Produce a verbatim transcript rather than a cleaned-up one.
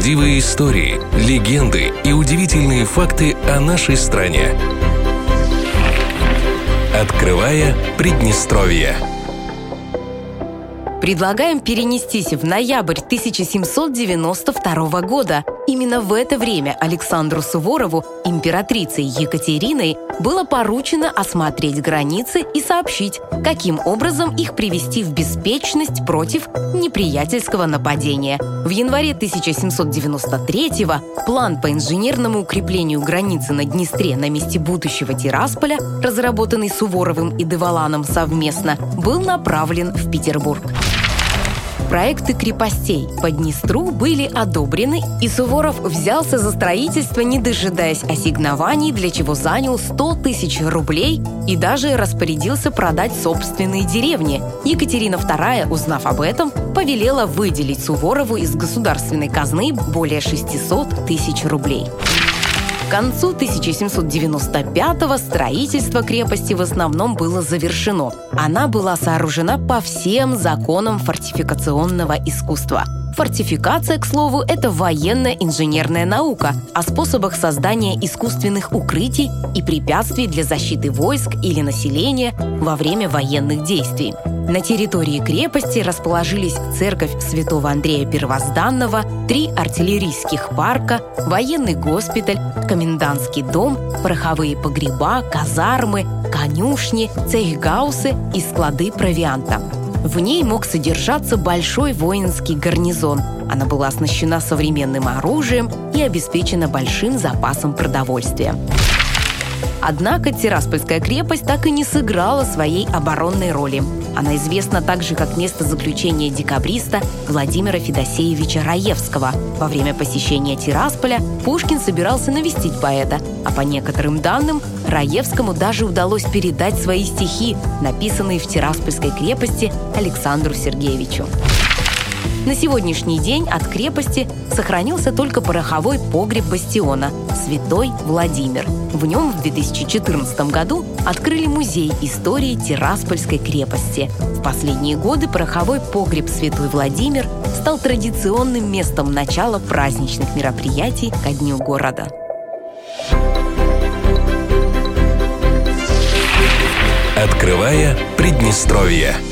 Правдивые истории, легенды и удивительные факты о нашей стране. Открывая Приднестровье. Предлагаем перенестись в ноябрь тысяча семьсот девяносто второго года. Именно в это время Александру Суворову, императрицей Екатериной, было поручено осмотреть границы и сообщить, каким образом их привести в беспечность против неприятельского нападения. В январе тысяча семьсот девяносто третьего план по инженерному укреплению границы на Днестре на месте будущего Тирасполя, разработанный Суворовым и Деволаном совместно, был направлен в Петербург. Проекты крепостей по Днестру были одобрены, и Суворов взялся за строительство, не дожидаясь ассигнований, для чего занял сто тысяч рублей и даже распорядился продать собственные деревни. Екатерина вторая, узнав об этом, повелела выделить Суворову из государственной казны более шестьсот тысяч рублей. К концу тысяча семьсот девяносто пятого строительство крепости в основном было завершено. Она была сооружена по всем законам фортификационного искусства. Фортификация, к слову, это военная инженерная наука о способах создания искусственных укрытий и препятствий для защиты войск или населения во время военных действий. На территории крепости расположились церковь святого Андрея Первозданного, три артиллерийских парка, военный госпиталь, комендантский дом, пороховые погреба, казармы, конюшни, цейхгаусы и склады провианта. В ней мог содержаться большой воинский гарнизон. Она была оснащена современным оружием и обеспечена большим запасом продовольствия. Однако Тираспольская крепость так и не сыграла своей оборонной роли. Она известна также как место заключения декабриста Владимира Федосеевича Раевского. Во время посещения Тирасполя Пушкин собирался навестить поэта, а по некоторым данным, Раевскому даже удалось передать свои стихи, написанные в Тираспольской крепости, Александру Сергеевичу. На сегодняшний день от крепости сохранился только пороховой погреб бастиона «Святой Владимир». В нем в две тысячи четырнадцатом году открыли музей истории Тираспольской крепости. В последние годы пороховой погреб «Святой Владимир» стал традиционным местом начала праздничных мероприятий ко дню города. Открывая Приднестровье.